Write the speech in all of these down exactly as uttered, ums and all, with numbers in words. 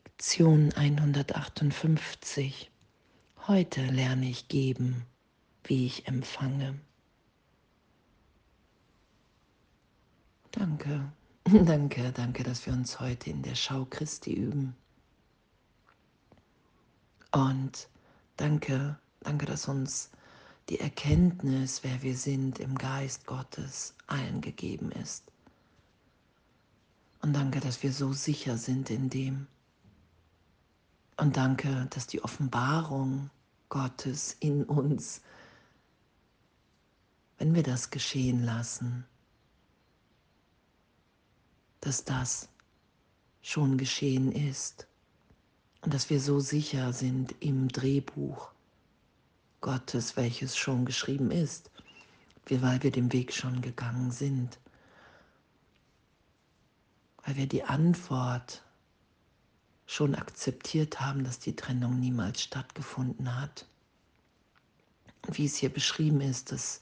Lektion hundertachtundfünfzig. Heute lerne ich geben, wie ich empfange. Danke, danke, danke, dass wir uns heute in der Schau Christi üben. Und danke, danke, dass uns die Erkenntnis, wer wir sind im Geist Gottes, allen gegeben ist. Und danke, dass wir so sicher sind in dem. Und danke, dass die Offenbarung Gottes in uns, wenn wir das geschehen lassen, dass das schon geschehen ist und dass wir so sicher sind im Drehbuch Gottes, welches schon geschrieben ist, weil wir den Weg schon gegangen sind, weil wir die Antwort schon akzeptiert haben, dass die Trennung niemals stattgefunden hat. Und wie es hier beschrieben ist, dass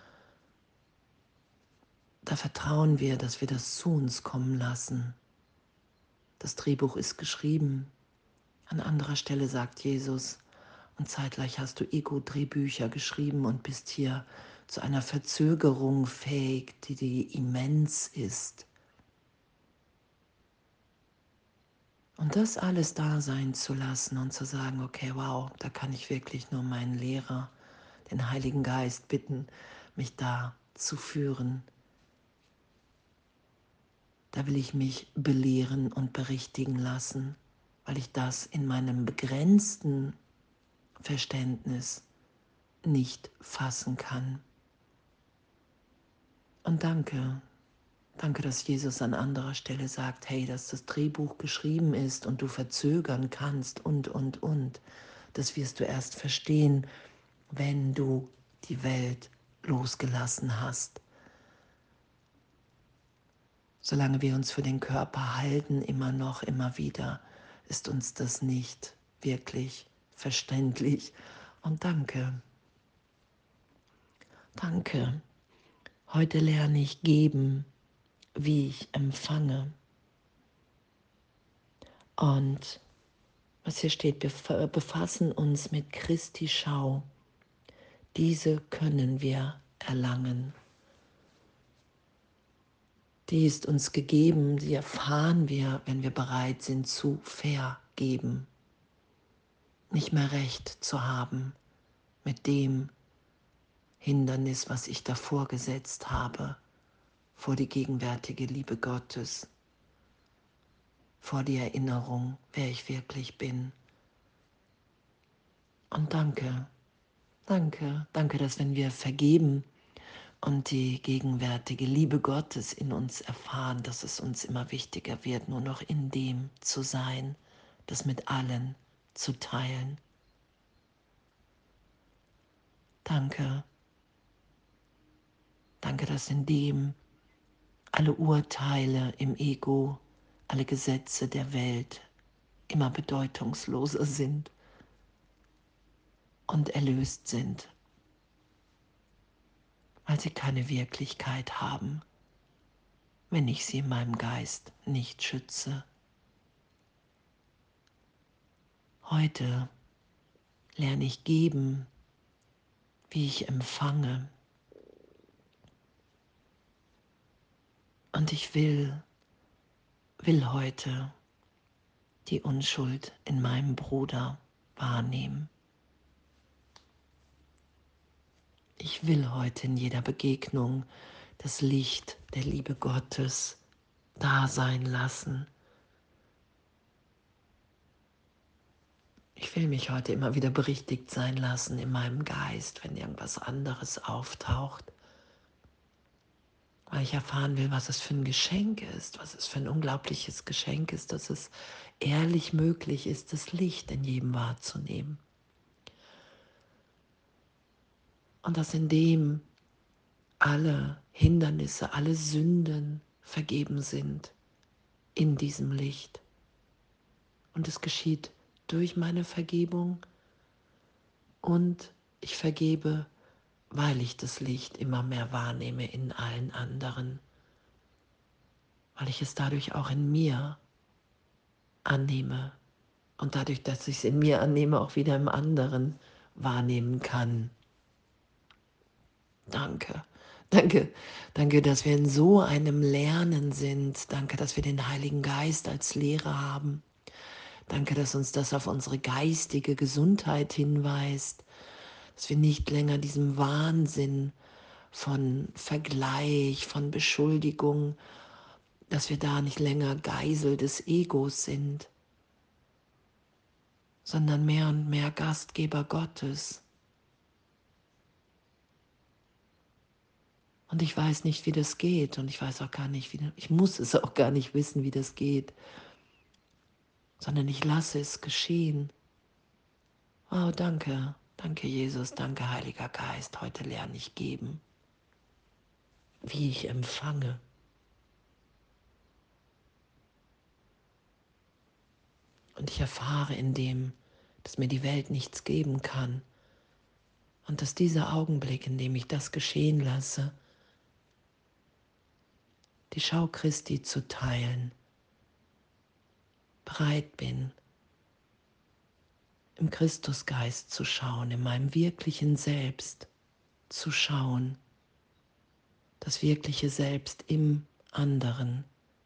da vertrauen wir, dass wir das zu uns kommen lassen. Das Drehbuch ist geschrieben. An anderer Stelle sagt Jesus, und zeitgleich hast du Ego-Drehbücher geschrieben und bist hier zu einer Verzögerung fähig, die, die immens ist. Und das alles da sein zu lassen und zu sagen, okay, wow, da kann ich wirklich nur meinen Lehrer, den Heiligen Geist bitten, mich da zu führen. Da will ich mich belehren und berichtigen lassen, weil ich das in meinem begrenzten Verständnis nicht fassen kann. Und danke, danke, dass Jesus an anderer Stelle sagt, hey, dass das Drehbuch geschrieben ist und du verzögern kannst und, und, und. Das wirst du erst verstehen, wenn du die Welt losgelassen hast. Solange wir uns für den Körper halten, immer noch, immer wieder, ist uns das nicht wirklich verständlich. Und danke, danke. Heute lerne ich geben, wie ich empfange. Und was hier steht, wir befassen uns mit Christi Schau. Diese können wir erlangen. Die ist uns gegeben, die erfahren wir, wenn wir bereit sind zu vergeben. Nicht mehr recht zu haben mit dem Hindernis, was ich davor gesetzt habe, vor die gegenwärtige Liebe Gottes, vor die Erinnerung, wer ich wirklich bin. Und danke, danke, danke, dass wenn wir vergeben und die gegenwärtige Liebe Gottes in uns erfahren, dass es uns immer wichtiger wird, nur noch in dem zu sein, das mit allen zu teilen. Danke, danke, dass in dem alle Urteile im Ego, alle Gesetze der Welt immer bedeutungsloser sind und erlöst sind, weil sie keine Wirklichkeit haben, wenn ich sie in meinem Geist nicht schütze. Heute lerne ich geben, wie ich empfange. Und ich will, will heute die Unschuld in meinem Bruder wahrnehmen. Ich will heute in jeder Begegnung das Licht der Liebe Gottes da sein lassen. Ich will mich heute immer wieder berichtigt sein lassen in meinem Geist, wenn irgendwas anderes auftaucht. Weil ich erfahren will, was es für ein Geschenk ist, was es für ein unglaubliches Geschenk ist, dass es ehrlich möglich ist, das Licht in jedem wahrzunehmen. Und dass in dem alle Hindernisse, alle Sünden vergeben sind in diesem Licht. Und es geschieht durch meine Vergebung und ich vergebe, weil ich das Licht immer mehr wahrnehme in allen anderen, weil ich es dadurch auch in mir annehme, und dadurch, dass ich es in mir annehme, auch wieder im anderen wahrnehmen kann. Danke. Danke, danke, dass wir in so einem Lernen sind. Danke, dass wir den Heiligen Geist als Lehrer haben. Danke, dass uns das auf unsere geistige Gesundheit hinweist, dass wir nicht länger diesem Wahnsinn von Vergleich, von Beschuldigung, dass wir da nicht länger Geisel des Egos sind, sondern mehr und mehr Gastgeber Gottes. Und ich weiß nicht, wie das geht und ich weiß auch gar nicht, wie, ich muss es auch gar nicht wissen, wie das geht, sondern ich lasse es geschehen. Oh, danke, danke Jesus, danke Heiliger Geist, heute lerne ich geben, wie ich empfange. Und ich erfahre in dem, dass mir die Welt nichts geben kann und dass dieser Augenblick, in dem ich das geschehen lasse, die Schau Christi zu teilen, bereit bin, im Christusgeist zu schauen, in meinem wirklichen Selbst zu schauen, das wirkliche Selbst im anderen,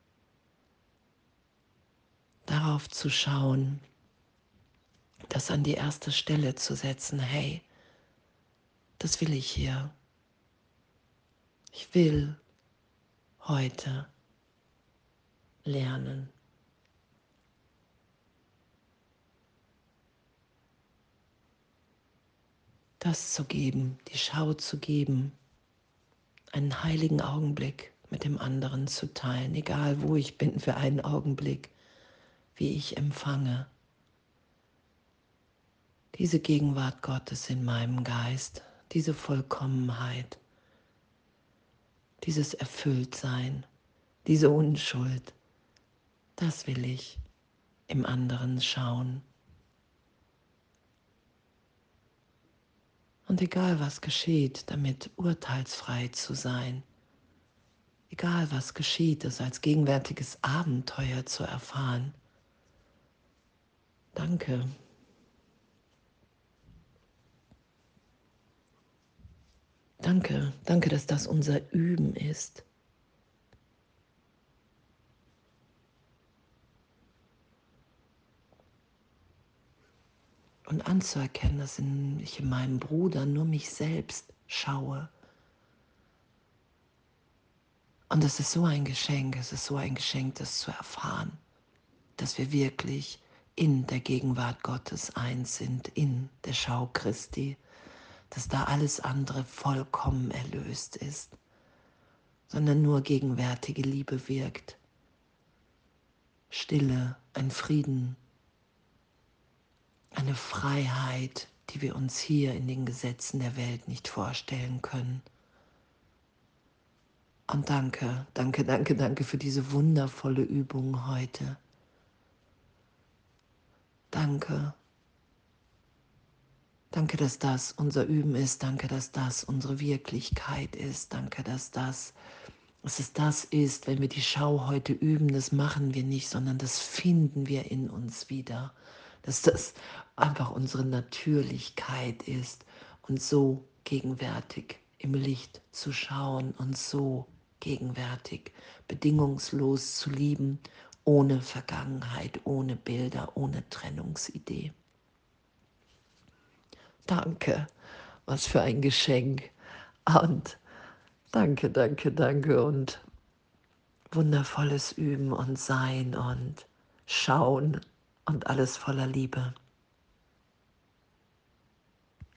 darauf zu schauen, das an die erste Stelle zu setzen. Hey, das will ich hier. Ich will heute lernen. Das zu geben, die Schau zu geben, einen heiligen Augenblick mit dem anderen zu teilen, egal wo ich bin für einen Augenblick, wie ich empfange. Diese Gegenwart Gottes in meinem Geist, diese Vollkommenheit, dieses Erfülltsein, diese Unschuld, das will ich im anderen schauen. Und egal was geschieht, damit urteilsfrei zu sein, egal was geschieht, es als gegenwärtiges Abenteuer zu erfahren. Danke. Danke, danke, dass das unser Üben ist. Und anzuerkennen, dass ich in meinem Bruder nur mich selbst schaue. Und es ist so ein Geschenk, es ist so ein Geschenk, das zu erfahren, dass wir wirklich in der Gegenwart Gottes eins sind, in der Schau Christi, dass da alles andere vollkommen erlöst ist, sondern nur gegenwärtige Liebe wirkt. Stille, ein Frieden, eine Freiheit, die wir uns hier in den Gesetzen der Welt nicht vorstellen können. Und danke, danke, danke, danke für diese wundervolle Übung heute. Danke. Danke, dass das unser Üben ist. Danke, dass das unsere Wirklichkeit ist. Danke, dass das, dass es das ist, wenn wir die Schau heute üben, das machen wir nicht, sondern das finden wir in uns wieder. Dass das einfach unsere Natürlichkeit ist und so gegenwärtig im Licht zu schauen und so gegenwärtig bedingungslos zu lieben, ohne Vergangenheit, ohne Bilder, ohne Trennungsidee. Danke, was für ein Geschenk. Und danke, danke, danke und wundervolles Üben und Sein und Schauen und alles voller Liebe.